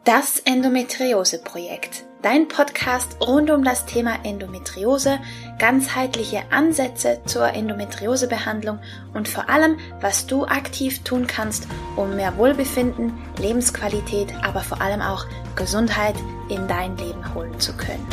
Das Endometriose-Projekt, dein Podcast rund um das Thema Endometriose, ganzheitliche Ansätze zur Endometriosebehandlung und vor allem, was du aktiv tun kannst, um mehr Wohlbefinden, Lebensqualität, aber vor allem auch Gesundheit in dein Leben holen zu können.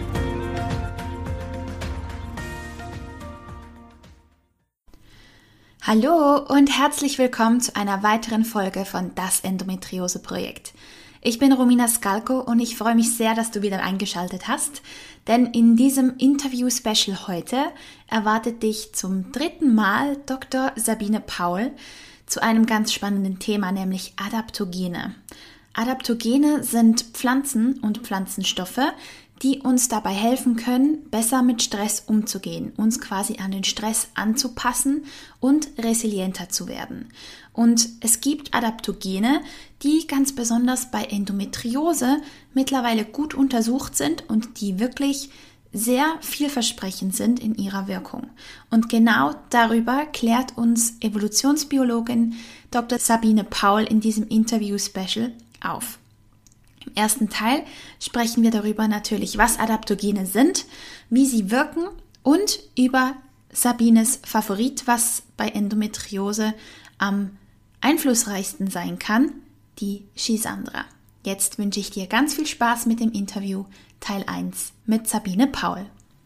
Hallo und herzlich willkommen zu einer weiteren Folge von Das Endometriose-Projekt. Ich bin Romina Skalko und ich freue mich sehr, dass du wieder eingeschaltet hast, denn in diesem Interview-Special heute erwartet dich zum 3. Mal Dr. Sabine Paul zu einem ganz spannenden Thema, nämlich Adaptogene. Adaptogene sind Pflanzen und Pflanzenstoffe, die uns dabei helfen können, besser mit Stress umzugehen, uns quasi an den Stress anzupassen und resilienter zu werden. Und es gibt Adaptogene, die ganz besonders bei Endometriose mittlerweile gut untersucht sind und die wirklich sehr vielversprechend sind in ihrer Wirkung. Und genau darüber klärt uns Evolutionsbiologin Dr. Sabine Paul in diesem Interview-Special auf. Im ersten Teil sprechen wir darüber natürlich, was Adaptogene sind, wie sie wirken und über Sabines Favorit, was bei Endometriose am einflussreichsten sein kann, die Schisandra. Jetzt wünsche ich dir ganz viel Spaß mit dem Interview Teil 1 mit Sabine Paul.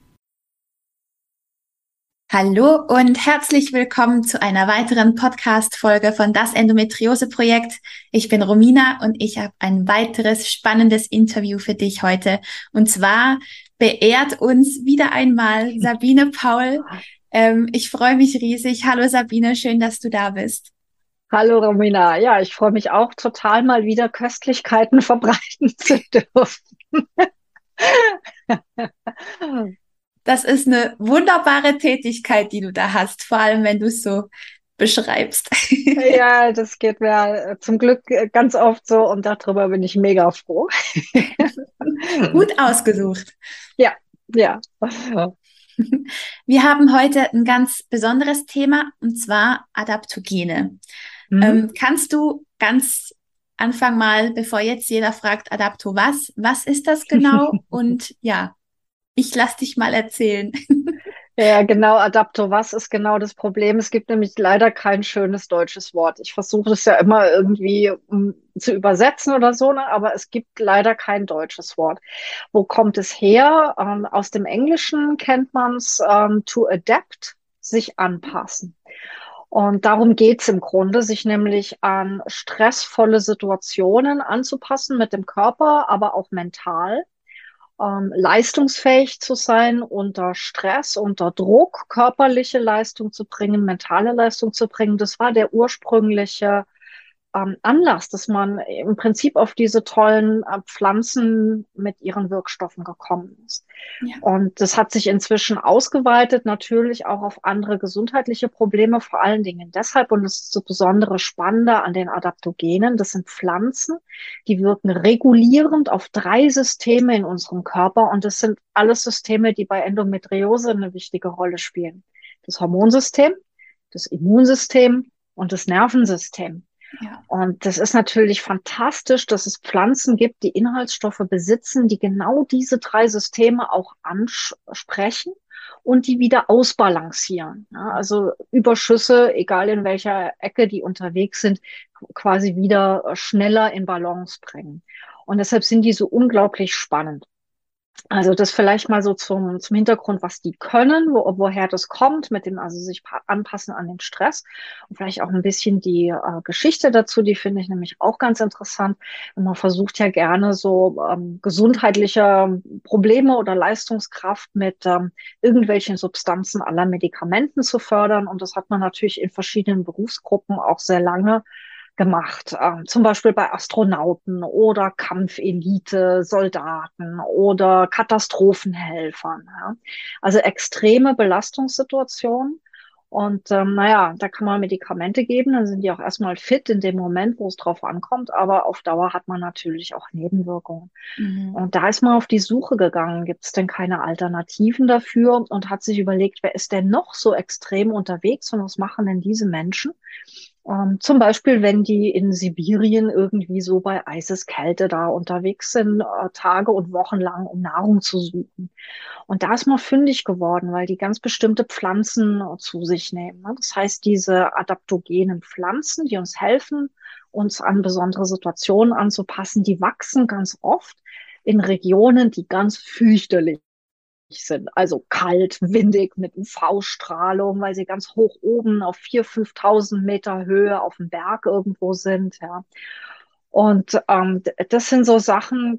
Hallo und herzlich willkommen zu einer weiteren Podcast-Folge von Das Endometriose-Projekt. Ich bin Romina und ich habe ein weiteres spannendes Interview für dich heute. Und zwar beehrt uns wieder einmal Sabine Paul. Ich freue mich riesig. Hallo Sabine, schön, dass du da bist. Hallo Romina, ja, ich freue mich auch total, mal wieder Köstlichkeiten verbreiten zu dürfen. Das ist eine wunderbare Tätigkeit, die du da hast, vor allem wenn du es so beschreibst. Ja, das geht mir zum Glück ganz oft so und darüber bin ich mega froh. Gut ausgesucht. Ja, ja. Wir haben heute ein ganz besonderes Thema und zwar Adaptogene. Mhm. Kannst du ganz Anfang mal, bevor jetzt jeder fragt, Adapto was ist das genau? Und ja, ich lass dich mal erzählen. Ja, genau, Adapto, was ist genau das Problem? Es gibt nämlich leider kein schönes deutsches Wort. Ich versuche es ja immer irgendwie zu übersetzen oder so, ne? Aber es gibt leider kein deutsches Wort. Wo kommt es her? Aus dem Englischen kennt man es, to adapt, sich anpassen. Und darum geht's im Grunde, sich nämlich an stressvolle Situationen anzupassen mit dem Körper, aber auch mental, leistungsfähig zu sein unter Stress, unter Druck, körperliche Leistung zu bringen, mentale Leistung zu bringen. Das war der ursprüngliche Anlass, dass man im Prinzip auf diese tollen Pflanzen mit ihren Wirkstoffen gekommen ist. Ja. Und das hat sich inzwischen ausgeweitet, natürlich auch auf andere gesundheitliche Probleme, vor allen Dingen deshalb, und das ist das besondere Spannende an den Adaptogenen, das sind Pflanzen, die wirken regulierend auf 3 Systeme in unserem Körper und das sind alles Systeme, die bei Endometriose eine wichtige Rolle spielen. Das Hormonsystem, das Immunsystem und das Nervensystem. Ja. Und das ist natürlich fantastisch, dass es Pflanzen gibt, die Inhaltsstoffe besitzen, die genau diese 3 Systeme auch ansprechen und die wieder ausbalancieren. Ja, also Überschüsse, egal in welcher Ecke die unterwegs sind, quasi wieder schneller in Balance bringen. Und deshalb sind die so unglaublich spannend. Also das vielleicht mal so zum Hintergrund, was die können, woher das kommt, mit dem also sich anpassen an den Stress und vielleicht auch ein bisschen die Geschichte dazu, die finde ich nämlich auch ganz interessant. Und man versucht ja gerne so gesundheitliche Probleme oder Leistungskraft mit irgendwelchen Substanzen aller Medikamenten zu fördern und das hat man natürlich in verschiedenen Berufsgruppen auch sehr lange gemacht, zum Beispiel bei Astronauten oder Kampfelite, Soldaten oder Katastrophenhelfern. Ja. Also extreme Belastungssituationen. Und naja, da kann man Medikamente geben, dann sind die auch erstmal fit in dem Moment, wo es drauf ankommt, aber auf Dauer hat man natürlich auch Nebenwirkungen. Mhm. Und da ist man auf die Suche gegangen, gibt es denn keine Alternativen dafür und hat sich überlegt, wer ist denn noch so extrem unterwegs und was machen denn diese Menschen? Zum Beispiel, wenn die in Sibirien irgendwie so bei Eiseskälte da unterwegs sind, Tage und Wochen lang, um Nahrung zu suchen. Und da ist man fündig geworden, weil die ganz bestimmte Pflanzen zu sich nehmen. Ne? Das heißt, diese adaptogenen Pflanzen, die uns helfen, uns an besondere Situationen anzupassen, die wachsen ganz oft in Regionen, die ganz fürchterlich sind. Also kalt, windig, mit UV-Strahlung, weil sie ganz hoch oben auf 4.000, 5.000 Meter Höhe auf dem Berg irgendwo sind. Ja. Und das sind so Sachen,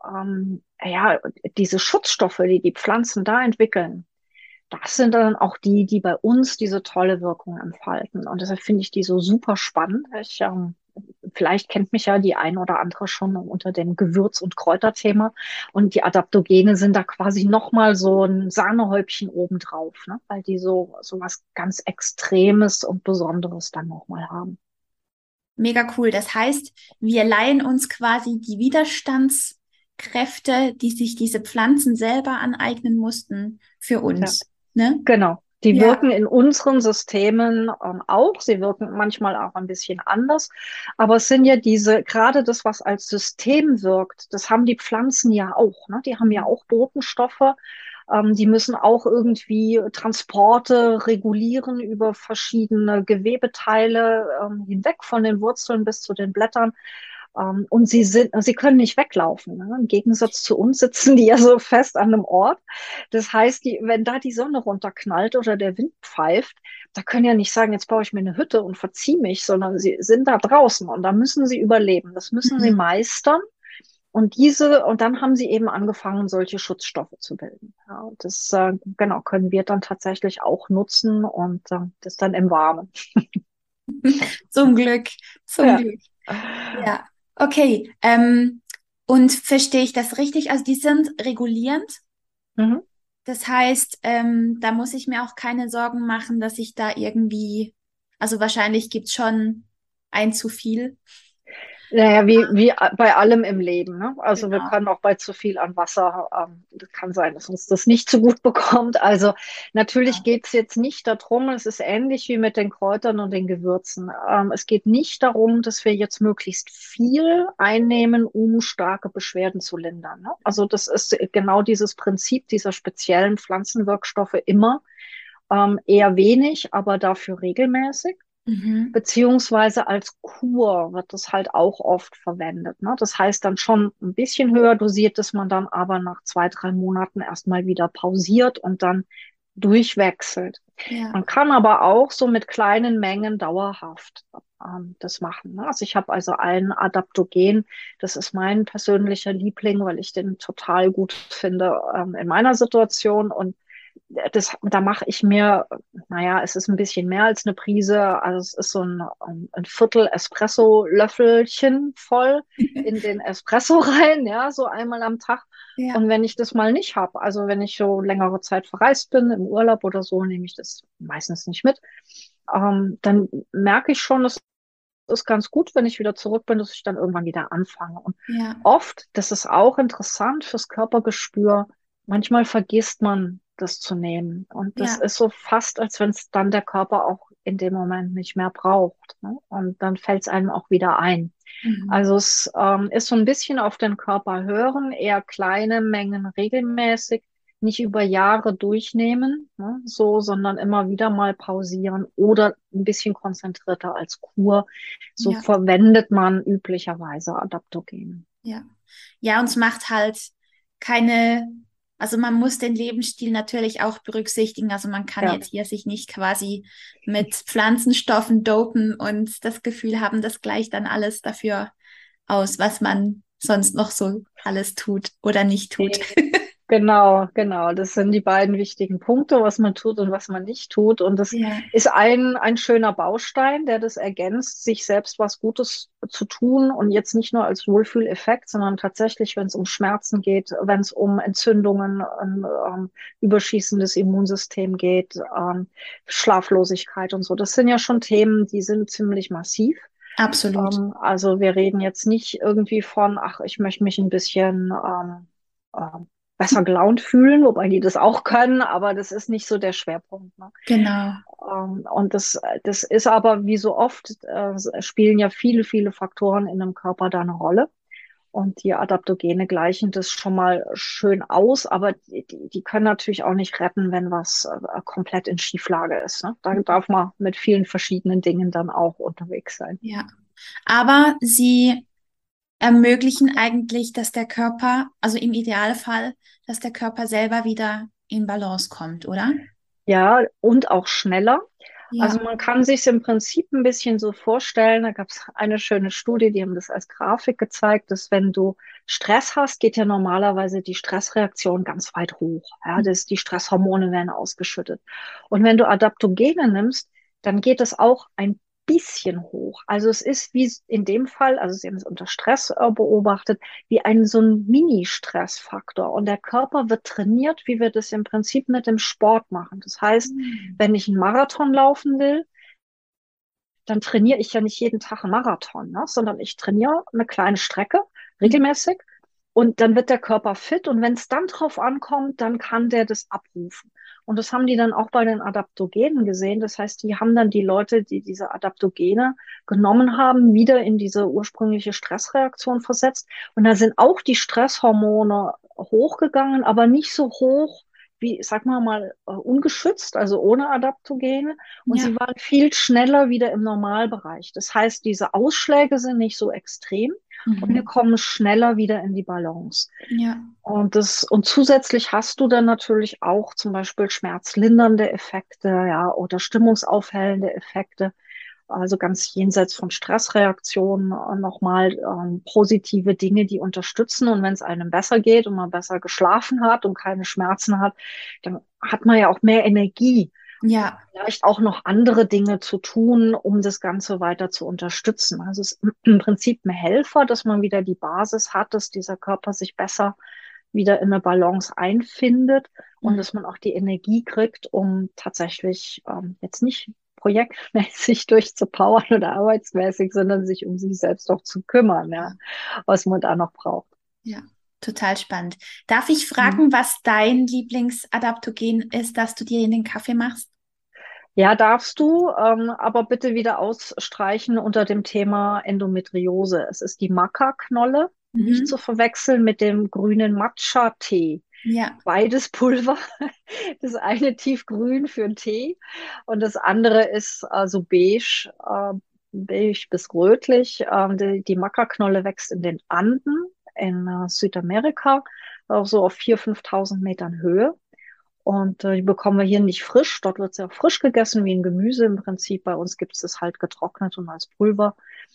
ja, diese Schutzstoffe, die die Pflanzen da entwickeln, das sind dann auch die, die bei uns diese tolle Wirkung entfalten. Und deshalb finde ich die so super spannend. Vielleicht kennt mich ja die ein oder andere schon unter dem Gewürz- und Kräuterthema. Und die Adaptogene sind da quasi nochmal so ein Sahnehäubchen obendrauf, ne? Weil die so was ganz Extremes und Besonderes dann nochmal haben. Mega cool. Das heißt, wir leihen uns quasi die Widerstandskräfte, die sich diese Pflanzen selber aneignen mussten, für Ja. uns. Ne? Genau. Die Ja. wirken in unseren Systemen auch. Sie wirken manchmal auch ein bisschen anders. Aber es sind ja gerade das, was als System wirkt, das haben die Pflanzen ja auch. Ne? Die haben ja Mhm. auch Botenstoffe. Die müssen auch irgendwie Transporte regulieren über verschiedene Gewebeteile hinweg von den Wurzeln bis zu den Blättern. Und sie können nicht weglaufen. Ne? Im Gegensatz zu uns sitzen die ja so fest an einem Ort. Das heißt, wenn da die Sonne runterknallt oder der Wind pfeift, da können ja nicht sagen, jetzt baue ich mir eine Hütte und verziehe mich, sondern sie sind da draußen und da müssen sie überleben. Das müssen sie Mhm. meistern. Und dann haben sie eben angefangen, solche Schutzstoffe zu bilden. Ja, und das, genau, können wir dann tatsächlich auch nutzen und das dann im Warmen. Zum Glück, zum Ja. Glück. Ja. Okay. Und verstehe ich das richtig? Also die sind regulierend. Mhm. Das heißt, da muss ich mir auch keine Sorgen machen, dass ich da irgendwie, also wahrscheinlich gibt's schon ein zu viel. Naja, wie bei allem im Leben, ne? Also wir Genau. können auch bei zu viel an Wasser, das kann sein, dass uns das nicht so gut bekommt. Also natürlich geht es jetzt nicht darum, es ist ähnlich wie mit den Kräutern und den Gewürzen. Es geht nicht darum, dass wir jetzt möglichst viel einnehmen, um starke Beschwerden zu lindern. Ne? Also das ist genau dieses Prinzip dieser speziellen Pflanzenwirkstoffe immer. Eher wenig, aber dafür regelmäßig. Mhm. Beziehungsweise als Kur wird das halt auch oft verwendet. Ne? Das heißt dann schon ein bisschen höher dosiert, dass man dann aber nach 2, 3 Monaten erstmal wieder pausiert und dann durchwechselt. Ja. Man kann aber auch so mit kleinen Mengen dauerhaft das machen. Ne? Also ich habe also einen Adaptogen, das ist mein persönlicher Liebling, weil ich den total gut finde in meiner Situation und da mache ich mir, naja, es ist ein bisschen mehr als eine Prise, also es ist so ein Viertel Espresso-Löffelchen voll in den Espresso rein, ja, so einmal am Tag. Ja. Und wenn ich das mal nicht habe, also wenn ich so längere Zeit verreist bin, im Urlaub oder so, nehme ich das meistens nicht mit. Dann merke ich schon, es ist ganz gut, wenn ich wieder zurück bin, dass ich dann irgendwann wieder anfange. Und Ja. oft, das ist auch interessant fürs Körpergespür, manchmal vergisst man das zu nehmen. Und das Ja. ist so fast, als wenn es dann der Körper auch in dem Moment nicht mehr braucht. Ne? Und dann fällt es einem auch wieder ein. Mhm. Also es ist so ein bisschen auf den Körper hören, eher kleine Mengen regelmäßig, nicht über Jahre durchnehmen, ne, so, sondern immer wieder mal pausieren oder ein bisschen konzentrierter als Kur. So Ja. verwendet man üblicherweise Adaptogene. Ja. Ja, und es macht halt keine, also man muss den Lebensstil natürlich auch berücksichtigen. Also man kann Ja. jetzt hier sich nicht quasi mit Pflanzenstoffen dopen und das Gefühl haben, das gleicht dann alles dafür aus, was man sonst noch so alles tut oder nicht tut. Genau, genau. Das sind die beiden wichtigen Punkte, was man tut und was man nicht tut. Und das Ja, ist ein schöner Baustein, der das ergänzt, sich selbst was Gutes zu tun und jetzt nicht nur als Wohlfühleffekt, sondern tatsächlich, wenn es um Schmerzen geht, wenn es um Entzündungen, überschießendes Immunsystem geht, Schlaflosigkeit und so. Das sind ja schon Themen, die sind ziemlich massiv. absolut. Also wir reden jetzt nicht irgendwie von, ach, ich möchte mich ein bisschen besser gelaunt fühlen, wobei die das auch können, aber das ist nicht so der Schwerpunkt. Ne? Genau. Und das ist aber wie so oft, spielen ja viele, viele Faktoren in einem Körper da eine Rolle. Und die Adaptogene gleichen das schon mal schön aus, aber die können natürlich auch nicht retten, wenn was komplett in Schieflage ist. Ne? Da darf man mit vielen verschiedenen Dingen dann auch unterwegs sein. Ja. Aber sie ermöglichen eigentlich, dass der Körper, also im Idealfall, dass der Körper selber wieder in Balance kommt, oder? Ja, und auch schneller. Also Ja. man kann sich im Prinzip ein bisschen so vorstellen, da gab es eine schöne Studie, die haben das als Grafik gezeigt, dass wenn du Stress hast, geht ja normalerweise die Stressreaktion ganz weit hoch. Ja, die Stresshormone werden ausgeschüttet. Und wenn du Adaptogene nimmst, dann geht es auch ein bisschen hoch. Also es ist wie in dem Fall, also Sie haben es unter Stress beobachtet, wie so ein Mini-Stressfaktor. Und der Körper wird trainiert, wie wir das im Prinzip mit dem Sport machen. Das heißt, Mhm. wenn ich einen Marathon laufen will, dann trainiere ich ja nicht jeden Tag einen Marathon, ne? Sondern ich trainiere eine kleine Strecke regelmäßig und dann wird der Körper fit und wenn es dann drauf ankommt, dann kann der das abrufen. Und das haben die dann auch bei den Adaptogenen gesehen. Das heißt, die haben dann die Leute, die diese Adaptogene genommen haben, wieder in diese ursprüngliche Stressreaktion versetzt. Und da sind auch die Stresshormone hochgegangen, aber nicht so hoch wie, sag mal, ungeschützt, also ohne Adaptogene. Und Ja. sie waren viel schneller wieder im Normalbereich. Das heißt, diese Ausschläge sind nicht so extrem und wir Mhm. kommen schneller wieder in die Balance. Ja. Und zusätzlich hast du dann natürlich auch zum Beispiel schmerzlindernde Effekte, ja, oder stimmungsaufhellende Effekte. Also ganz jenseits von Stressreaktionen nochmal positive Dinge, die unterstützen. Und wenn es einem besser geht und man besser geschlafen hat und keine Schmerzen hat, dann hat man ja auch mehr Energie, Ja. vielleicht auch noch andere Dinge zu tun, um das Ganze weiter zu unterstützen. Also es ist im Prinzip ein Helfer, dass man wieder die Basis hat, dass dieser Körper sich besser wieder in eine Balance einfindet und Mhm. dass man auch die Energie kriegt, um tatsächlich jetzt nicht projektmäßig durchzupowern oder arbeitsmäßig, sondern sich um sich selbst auch zu kümmern, ja, was man da noch braucht. Ja. Total spannend. Darf ich Hm. fragen, was dein Lieblingsadaptogen ist, das du dir in den Kaffee machst? Ja, darfst du, aber bitte wieder ausstreichen unter dem Thema Endometriose. Es ist die Maca-Knolle, nicht zu Mhm. verwechseln mit dem grünen Matcha-Tee. Ja. Beides Pulver. Das eine tiefgrün für einen Tee und das andere ist also beige, beige bis rötlich. Die Maca-Knolle wächst in den Anden in Südamerika, auch so auf 4.000, 5.000 Metern Höhe. Und die bekommen wir hier nicht frisch. Dort wird sie auch frisch gegessen, wie ein Gemüse im Prinzip. Bei uns gibt es es halt getrocknet und als Pulver.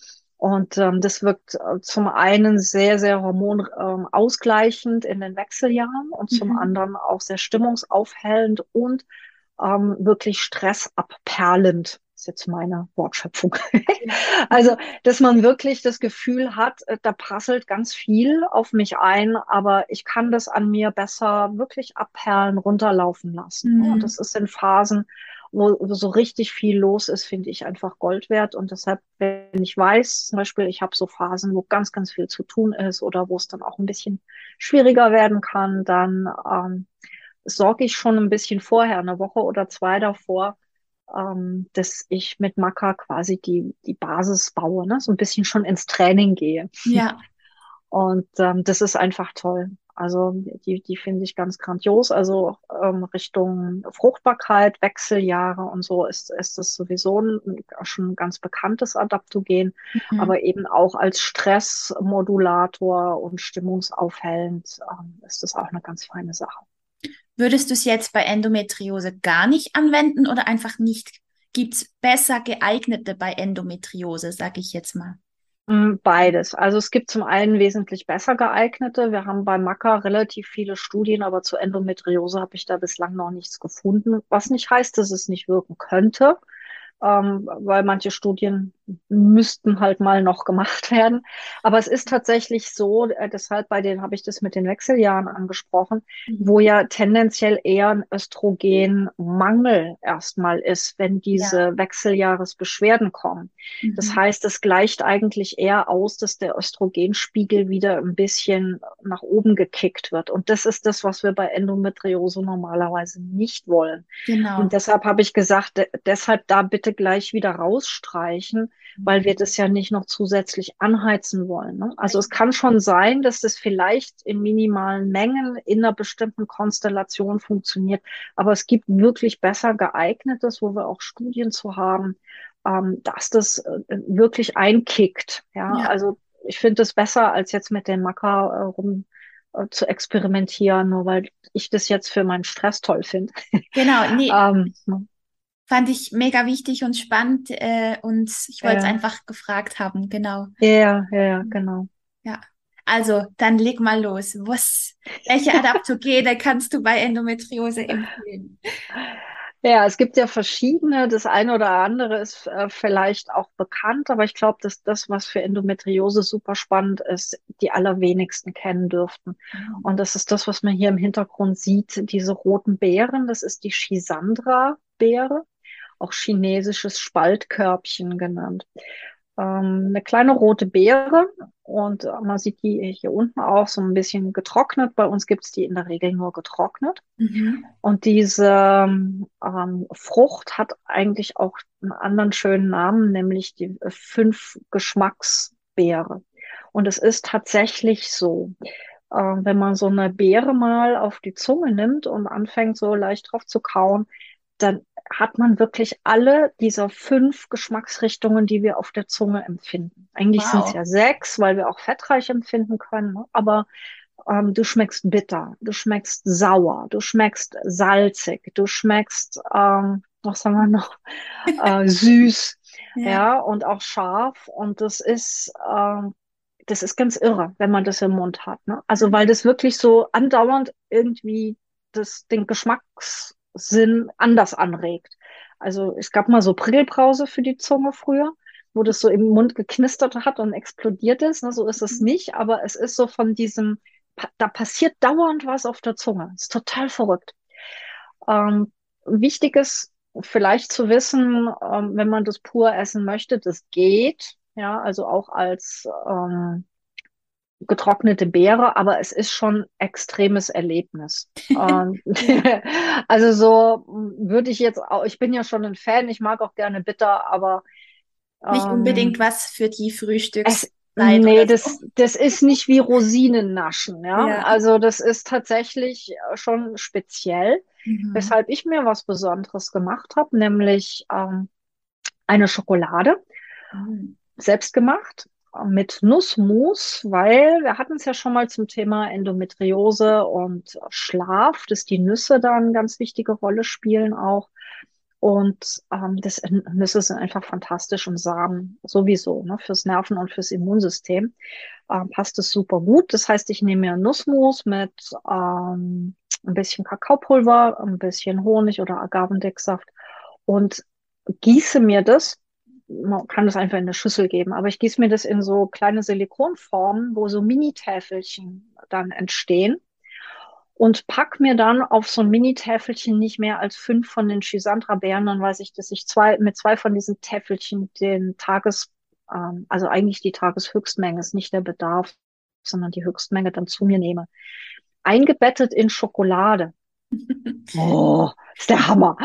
Und das wirkt zum einen sehr, sehr hormonausgleichend in den Wechseljahren und zum Mhm. anderen auch sehr stimmungsaufhellend und wirklich stressabperlend. Ist jetzt meine Wortschöpfung. Ja. Also, dass man wirklich das Gefühl hat, da prasselt ganz viel auf mich ein, aber ich kann das an mir besser wirklich abperlen, runterlaufen lassen. Und Mhm. das ist in Phasen, wo so richtig viel los ist, finde ich einfach Gold wert. Und deshalb, wenn ich weiß, zum Beispiel, ich habe so Phasen, wo ganz, ganz viel zu tun ist oder wo es dann auch ein bisschen schwieriger werden kann, dann sorge ich schon ein bisschen vorher, eine Woche oder zwei davor, dass ich mit Maca quasi die Basis baue, ne? So ein bisschen schon ins Training gehe. Ja. Und das ist einfach toll. Also die finde ich ganz grandios. Also Richtung Fruchtbarkeit, Wechseljahre und so ist das sowieso schon ein ganz bekanntes Adaptogen, Mhm. aber eben auch als Stressmodulator und stimmungsaufhellend ist das auch eine ganz feine Sache. Würdest du es jetzt bei Endometriose gar nicht anwenden oder einfach nicht? Gibt es besser geeignete bei Endometriose, sage ich jetzt mal? Beides. Also es gibt zum einen wesentlich besser geeignete. Wir haben bei Maca relativ viele Studien, aber zur Endometriose habe ich da bislang noch nichts gefunden. Was nicht heißt, dass es nicht wirken könnte, weil manche Studien müssten halt mal noch gemacht werden. Aber es ist tatsächlich so, deshalb habe ich das mit den Wechseljahren angesprochen, wo Mhm. ja tendenziell eher ein Östrogenmangel erstmal ist, wenn Ja. diese Wechseljahresbeschwerden kommen. Das Mhm. heißt, es gleicht eigentlich eher aus, dass der Östrogenspiegel wieder ein bisschen nach oben gekickt wird. Und das ist das, was wir bei Endometriose normalerweise nicht wollen. Und Genau. deshalb habe ich gesagt, deshalb da bitte gleich wieder rausstreichen, weil wir das ja nicht noch zusätzlich anheizen wollen. Ne? Also es Richtig. kann schon sein, dass das vielleicht in minimalen Mengen in einer bestimmten Konstellation funktioniert, aber es gibt wirklich besser geeignetes, wo wir auch Studien zu haben, dass das wirklich einkickt. Ja, Ja. also ich finde es besser, als jetzt mit dem Maca rum zu experimentieren, nur weil ich das jetzt für meinen Stress toll finde. Genau. Nee, Ne? fand ich mega wichtig und spannend, und ich wollte es Ja, einfach gefragt haben. Genau. ja, ja, ja, genau. Ja. Also, dann leg mal los. Welche Adaptogene kannst du bei Endometriose empfehlen? Ja, es gibt ja verschiedene. Das eine oder andere ist vielleicht auch bekannt, aber ich glaube, dass das, was für Endometriose super spannend ist, die allerwenigsten kennen dürften. Mhm. Und das ist das, was man hier im Hintergrund sieht, diese roten Beeren. Das ist die Schisandra-Beere, auch chinesisches Spaltkörbchen genannt. Eine kleine rote Beere und man sieht die hier unten auch so ein bisschen getrocknet. Bei uns gibt es die in der Regel nur getrocknet. Mhm. Und diese Frucht hat eigentlich auch einen anderen schönen Namen, nämlich die fünf Geschmacksbeere. Und es ist tatsächlich so, wenn man so eine Beere mal auf die Zunge nimmt und anfängt so leicht drauf zu kauen, dann hat man wirklich alle dieser fünf Geschmacksrichtungen, die wir auf der Zunge empfinden. Eigentlich sind es Wow. ja sechs, weil wir auch fettreich empfinden können, ne? Aber du schmeckst bitter, du schmeckst sauer, du schmeckst salzig, du schmeckst, was haben wir noch, süß, Ja. ja, und auch scharf. Und das ist ganz irre, wenn man das im Mund hat, ne? Also, weil das wirklich so andauernd irgendwie den Geschmackssinn anders anregt. Also, es gab mal so Prickelbrause für die Zunge früher, wo das so im Mund geknistert hat und explodiert ist. Ne? So ist es nicht, aber es ist so von diesem, da passiert dauernd was auf der Zunge. Ist total verrückt. Ähm, Wichtig ist vielleicht zu wissen, wenn man das pur essen möchte, das geht. Ja, also auch als getrocknete Beere, aber es ist schon extremes Erlebnis. Ja. Also so würde ich jetzt auch, ich bin ja schon ein Fan, ich mag auch gerne bitter, aber Nicht unbedingt ähm, was für die es, Frühstückszeit nee, oder so. das ist nicht wie Rosinen naschen, ja. Ja. Also das ist tatsächlich schon speziell, Mhm. weshalb ich mir was Besonderes gemacht habe, nämlich eine Schokolade, Mhm. selbst gemacht, mit Nussmus, weil wir hatten es ja schon mal zum Thema Endometriose und Schlaf, dass die Nüsse da eine ganz wichtige Rolle spielen auch. Und Nüsse sind einfach fantastisch und Samen sowieso, ne, fürs Nerven- und fürs Immunsystem passt es super gut. Das heißt, ich nehme mir Nussmus mit ein bisschen Kakaopulver, ein bisschen Honig oder Agavendicksaft und gieße mir das. Man kann das einfach in eine Schüssel geben, aber ich gieße mir das in so kleine Silikonformen, wo so Mini-Täfelchen dann entstehen und pack mir dann auf so ein Mini-Täfelchen nicht mehr als fünf von den Schisandra-Beeren. Dann weiß ich, dass ich mit zwei von diesen Täfelchen also eigentlich die Tageshöchstmenge ist nicht der Bedarf, sondern die Höchstmenge dann zu mir nehme. Eingebettet in Schokolade. Oh, ist der Hammer.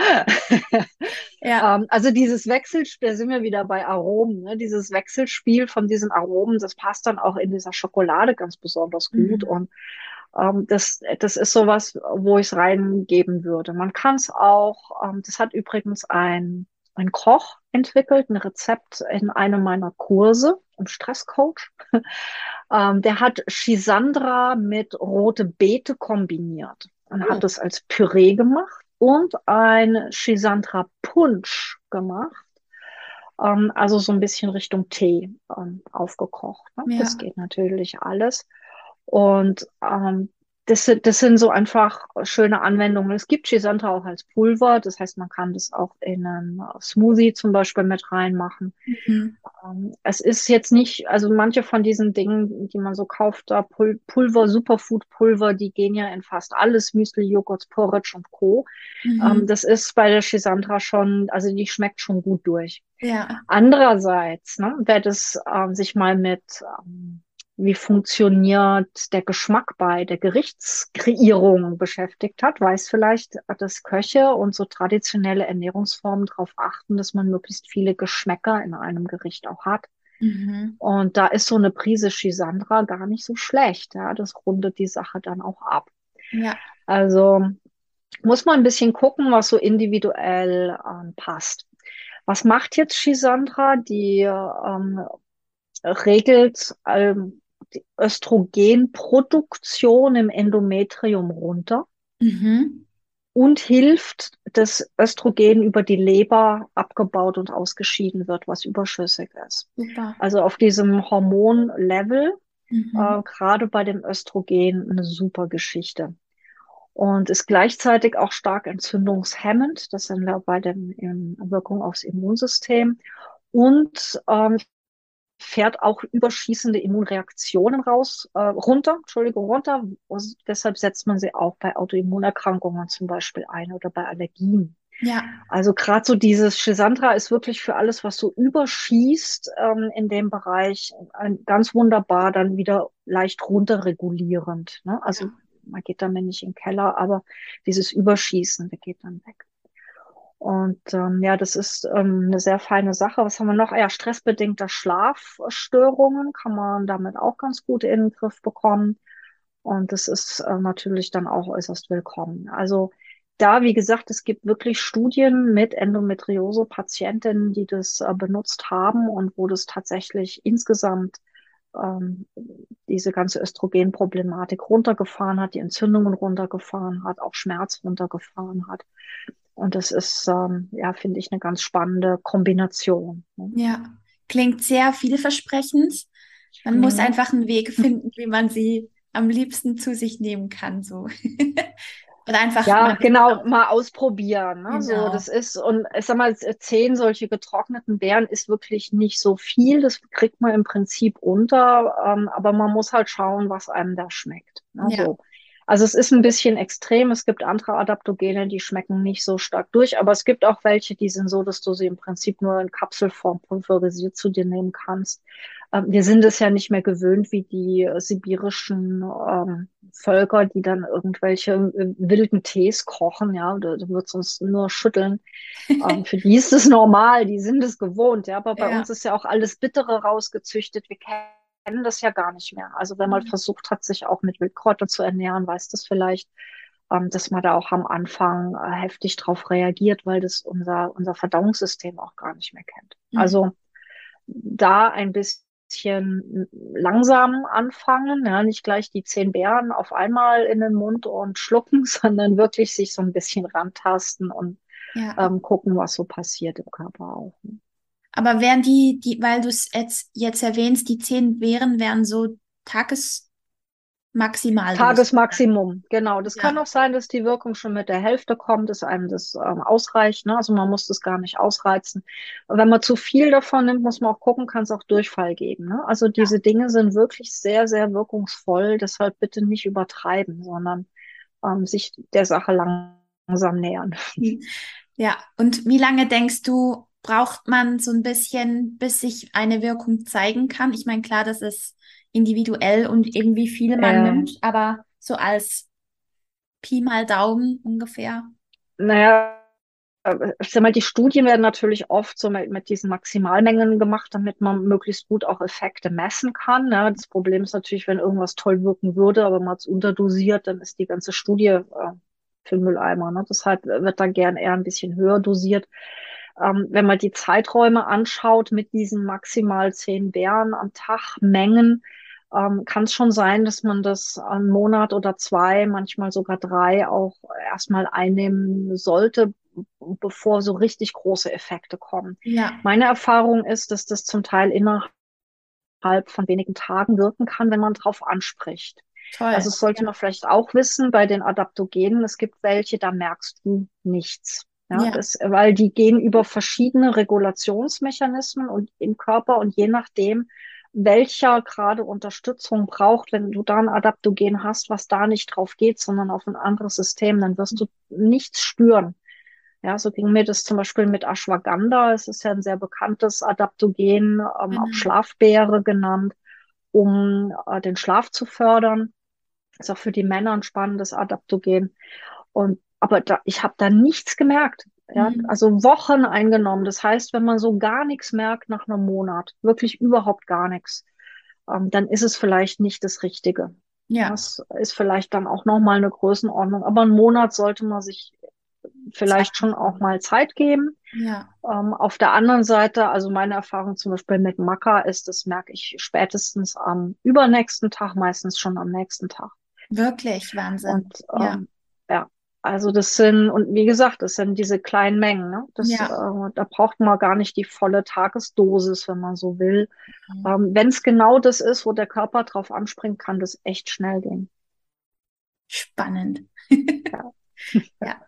Ja. Also dieses Wechselspiel, da sind wir wieder bei Aromen, ne? Dieses Wechselspiel von diesen Aromen, das passt dann auch in dieser Schokolade ganz besonders gut. Mhm. Und das ist sowas, wo ich es reingeben würde. Man kann es auch, das hat übrigens ein Koch entwickelt, ein Rezept in einem meiner Kurse im Stresscoach. Der hat Schisandra mit rote Beete kombiniert und hat Oh, es als Püree gemacht und ein Schisandra Punsch gemacht. Also so ein bisschen Richtung Tee aufgekocht. Ne? Das ja. geht natürlich alles. Und das sind so einfach schöne Anwendungen. Es gibt Shisanta auch als Pulver, das heißt, man kann das auch in einen Smoothie zum Beispiel mit reinmachen. Mhm. Es ist jetzt nicht, also manche von diesen Dingen, die man so kauft, da Pulver, Superfood-Pulver, die gehen ja in fast alles, Müsli, Joghurt, Porridge und Co. Mhm. Das ist bei der Shisandra schon, also die schmeckt schon gut durch. Ja. Andererseits, ne, wer das sich mal mit wie funktioniert der Geschmack bei der Gerichtskreierung beschäftigt hat, weiß vielleicht, dass Köche und so traditionelle Ernährungsformen darauf achten, dass man möglichst viele Geschmäcker in einem Gericht auch hat. Mhm. Und da ist so eine Prise Schisandra gar nicht so schlecht. Ja, das rundet die Sache dann auch ab. Ja. Also muss man ein bisschen gucken, was so individuell passt. Was macht jetzt Schisandra? Die regelt die Östrogenproduktion im Endometrium runter Mhm. und hilft, dass Östrogen über die Leber abgebaut und ausgeschieden wird, was überschüssig ist. Super. Also auf diesem Hormonlevel, Mhm. gerade bei dem Östrogen, eine super Geschichte. Und ist gleichzeitig auch stark entzündungshemmend. Das sind wir bei der Wirkung aufs Immunsystem. Und fährt auch überschießende Immunreaktionen runter. Und deshalb setzt man sie auch bei Autoimmunerkrankungen zum Beispiel ein oder bei Allergien. Ja. Also gerade so dieses Shisandra ist wirklich für alles, was so überschießt in dem Bereich, ganz wunderbar dann wieder leicht runterregulierend. Ne? Also man geht damit nicht in den Keller, aber dieses Überschießen, der geht dann weg. Und ja, das ist eine sehr feine Sache. Was haben wir noch? Ja, stressbedingte Schlafstörungen kann man damit auch ganz gut in den Griff bekommen. Und das ist natürlich dann auch äußerst willkommen. Also da, wie gesagt, es gibt wirklich Studien mit Endometriose-Patientinnen, die das benutzt haben und wo das tatsächlich insgesamt ähm, diese ganze Östrogenproblematik runtergefahren hat, die Entzündungen runtergefahren hat, auch Schmerz runtergefahren hat. Und das ist, ja, finde ich, eine ganz spannende Kombination. Ne? Ja. Klingt sehr vielversprechend. Man muss Mhm. einfach einen Weg finden, wie man sie am liebsten zu sich nehmen kann, so. Oder einfach, Ja, man ist genau, auch, mal ausprobieren. Ne? So, das genau. ist, und ich sag mal, 10 solche getrockneten Beeren ist wirklich nicht so viel. Das kriegt man im Prinzip unter, aber man muss halt schauen, was einem da schmeckt. Ne? Ja. So. Also es ist ein bisschen extrem. Es gibt andere Adaptogene, die schmecken nicht so stark durch, aber es gibt auch welche, die sind so, dass du sie im Prinzip nur in Kapselform pulverisiert zu dir nehmen kannst. Wir sind es ja nicht mehr gewöhnt, wie die sibirischen Völker, die dann irgendwelche wilden Tees kochen, ja, da wird's uns nur schütteln. Für die ist es normal, die sind es gewohnt, ja, aber bei uns Ja. ist ja auch alles Bittere rausgezüchtet. Wir kennen das ja gar nicht mehr. Also wenn man versucht hat, sich auch mit Wildkräutern zu ernähren, weiß das vielleicht, dass man da auch am Anfang heftig drauf reagiert, weil das unser Verdauungssystem auch gar nicht mehr kennt. Mhm. Also da ein bisschen langsam anfangen, ja, nicht gleich die 10 Beeren auf einmal in den Mund und schlucken, sondern wirklich sich so ein bisschen rantasten und Ja. gucken, was so passiert im Körper auch. Ne? Aber wären weil du es jetzt erwähnst, die 10 Beeren wären so Tagesmaximaldosis. Tagesmaximum, genau. Das kann Ja. auch sein, dass die Wirkung schon mit der Hälfte kommt, dass einem das ausreicht. Ne? Also man muss das gar nicht ausreizen. Und wenn man zu viel davon nimmt, muss man auch gucken, kann es auch Durchfall geben. Ne? Also diese Dinge sind wirklich sehr, sehr wirkungsvoll. Deshalb bitte nicht übertreiben, sondern sich der Sache langsam nähern. Hm. Ja. Und wie lange denkst du, braucht man so ein bisschen, bis sich eine Wirkung zeigen kann? Ich meine, klar, das ist individuell und eben wie viel man Äh, nimmt, aber so als Pi mal Daumen ungefähr. naja, ich sag mal, die Studien werden natürlich oft so mit diesen Maximalmengen gemacht, damit man möglichst gut auch Effekte messen kann. Ne? Das Problem ist natürlich, wenn irgendwas toll wirken würde, aber man es unterdosiert, dann ist die ganze Studie für den Mülleimer. Ne? Deshalb wird da gern eher ein bisschen höher dosiert. Wenn man die Zeiträume anschaut mit diesen maximal 10 Bären am Tag Mengen, kann es schon sein, dass man das einen Monat oder 2, manchmal sogar 3 auch erstmal einnehmen sollte, bevor so richtig große Effekte kommen. Ja. Meine Erfahrung ist, dass das zum Teil innerhalb von wenigen Tagen wirken kann, wenn man drauf anspricht. Toll. Also das sollte man vielleicht auch wissen bei den Adaptogenen. Es gibt welche, da merkst du nichts. Ja, Ja. weil die gehen über verschiedene Regulationsmechanismen und im Körper und je nachdem, welcher gerade Unterstützung braucht, wenn du da ein Adaptogen hast, was da nicht drauf geht, sondern auf ein anderes System, dann wirst du nichts spüren. Ja, so ging mir das zum Beispiel mit Ashwagandha. Es ist ja ein sehr bekanntes Adaptogen, auch Genau. Schlafbeere genannt, um den Schlaf zu fördern. Ist auch für die Männer ein spannendes Adaptogen. Aber ich habe da nichts gemerkt. Ja, Mhm. also Wochen eingenommen. Das heißt, wenn man so gar nichts merkt nach einem Monat, wirklich überhaupt gar nichts, dann ist es vielleicht nicht das Richtige. Ja. Das ist vielleicht dann auch nochmal eine Größenordnung. Aber einen Monat sollte man sich Zeit vielleicht schon auch nehmen. mal Zeit geben. Ja. Auf der anderen Seite, also meine Erfahrung zum Beispiel mit Maca ist, das merke ich spätestens am übernächsten Tag, meistens schon am nächsten Tag. Wirklich Wahnsinn. Und Ja. ja, also das sind, und wie gesagt, das sind diese kleinen Mengen, ne? Ja. Da braucht man gar nicht die volle Tagesdosis, wenn man so will. Mhm. Wenn es genau das ist, wo der Körper drauf anspringt, kann das echt schnell gehen. Spannend. Ja. Ja.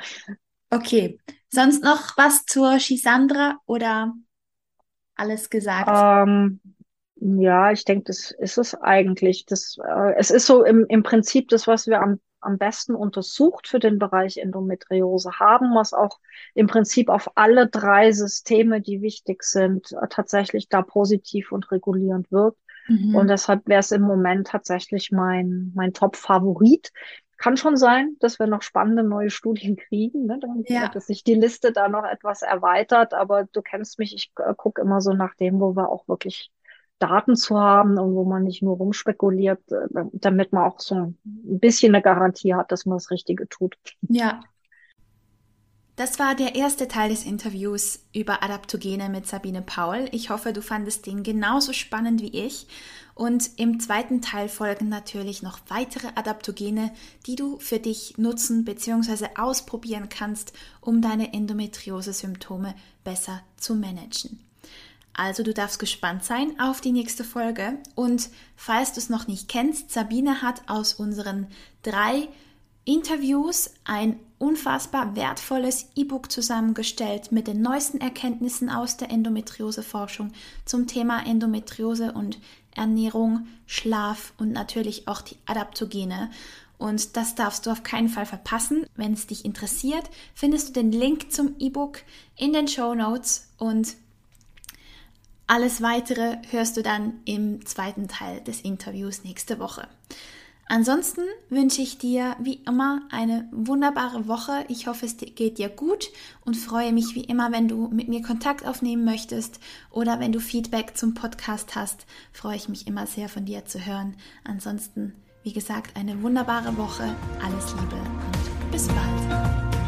Okay. Sonst noch was zur Schisandra oder alles gesagt? Ähm, ja, ich denke, das ist es eigentlich. Es ist so im Prinzip das, was wir am besten untersucht für den Bereich Endometriose haben, was auch im Prinzip auf alle drei Systeme, die wichtig sind, tatsächlich da positiv und regulierend wirkt. Und Mhm. deshalb wäre es im Moment tatsächlich mein Top-Favorit. Kann schon sein, dass wir noch spannende neue Studien kriegen, ne? Ja. Dass sich die Liste da noch etwas erweitert. Aber du kennst mich, ich gucke immer so nach dem, wo wir auch wirklich Daten zu haben und wo man nicht nur rumspekuliert, damit man auch so ein bisschen eine Garantie hat, dass man das Richtige tut. Ja. Das war der erste Teil des Interviews über Adaptogene mit Sabine Paul. Ich hoffe, du fandest den genauso spannend wie ich. Und im zweiten Teil folgen natürlich noch weitere Adaptogene, die du für dich nutzen bzw. ausprobieren kannst, um deine Endometriose-Symptome besser zu managen. Also du darfst gespannt sein auf die nächste Folge. Und falls du es noch nicht kennst, Sabine hat aus unseren 3 Interviews ein unfassbar wertvolles E-Book zusammengestellt mit den neuesten Erkenntnissen aus der Endometriose-Forschung zum Thema Endometriose und Ernährung, Schlaf und natürlich auch die Adaptogene. Und das darfst du auf keinen Fall verpassen. Wenn es dich interessiert, findest du den Link zum E-Book in den Shownotes und alles Weitere hörst du dann im zweiten Teil des Interviews nächste Woche. Ansonsten wünsche ich dir wie immer eine wunderbare Woche. Ich hoffe, es geht dir gut und freue mich wie immer, wenn du mit mir Kontakt aufnehmen möchtest oder wenn du Feedback zum Podcast hast, freue ich mich immer sehr von dir zu hören. Ansonsten, wie gesagt, eine wunderbare Woche. Alles Liebe und bis bald.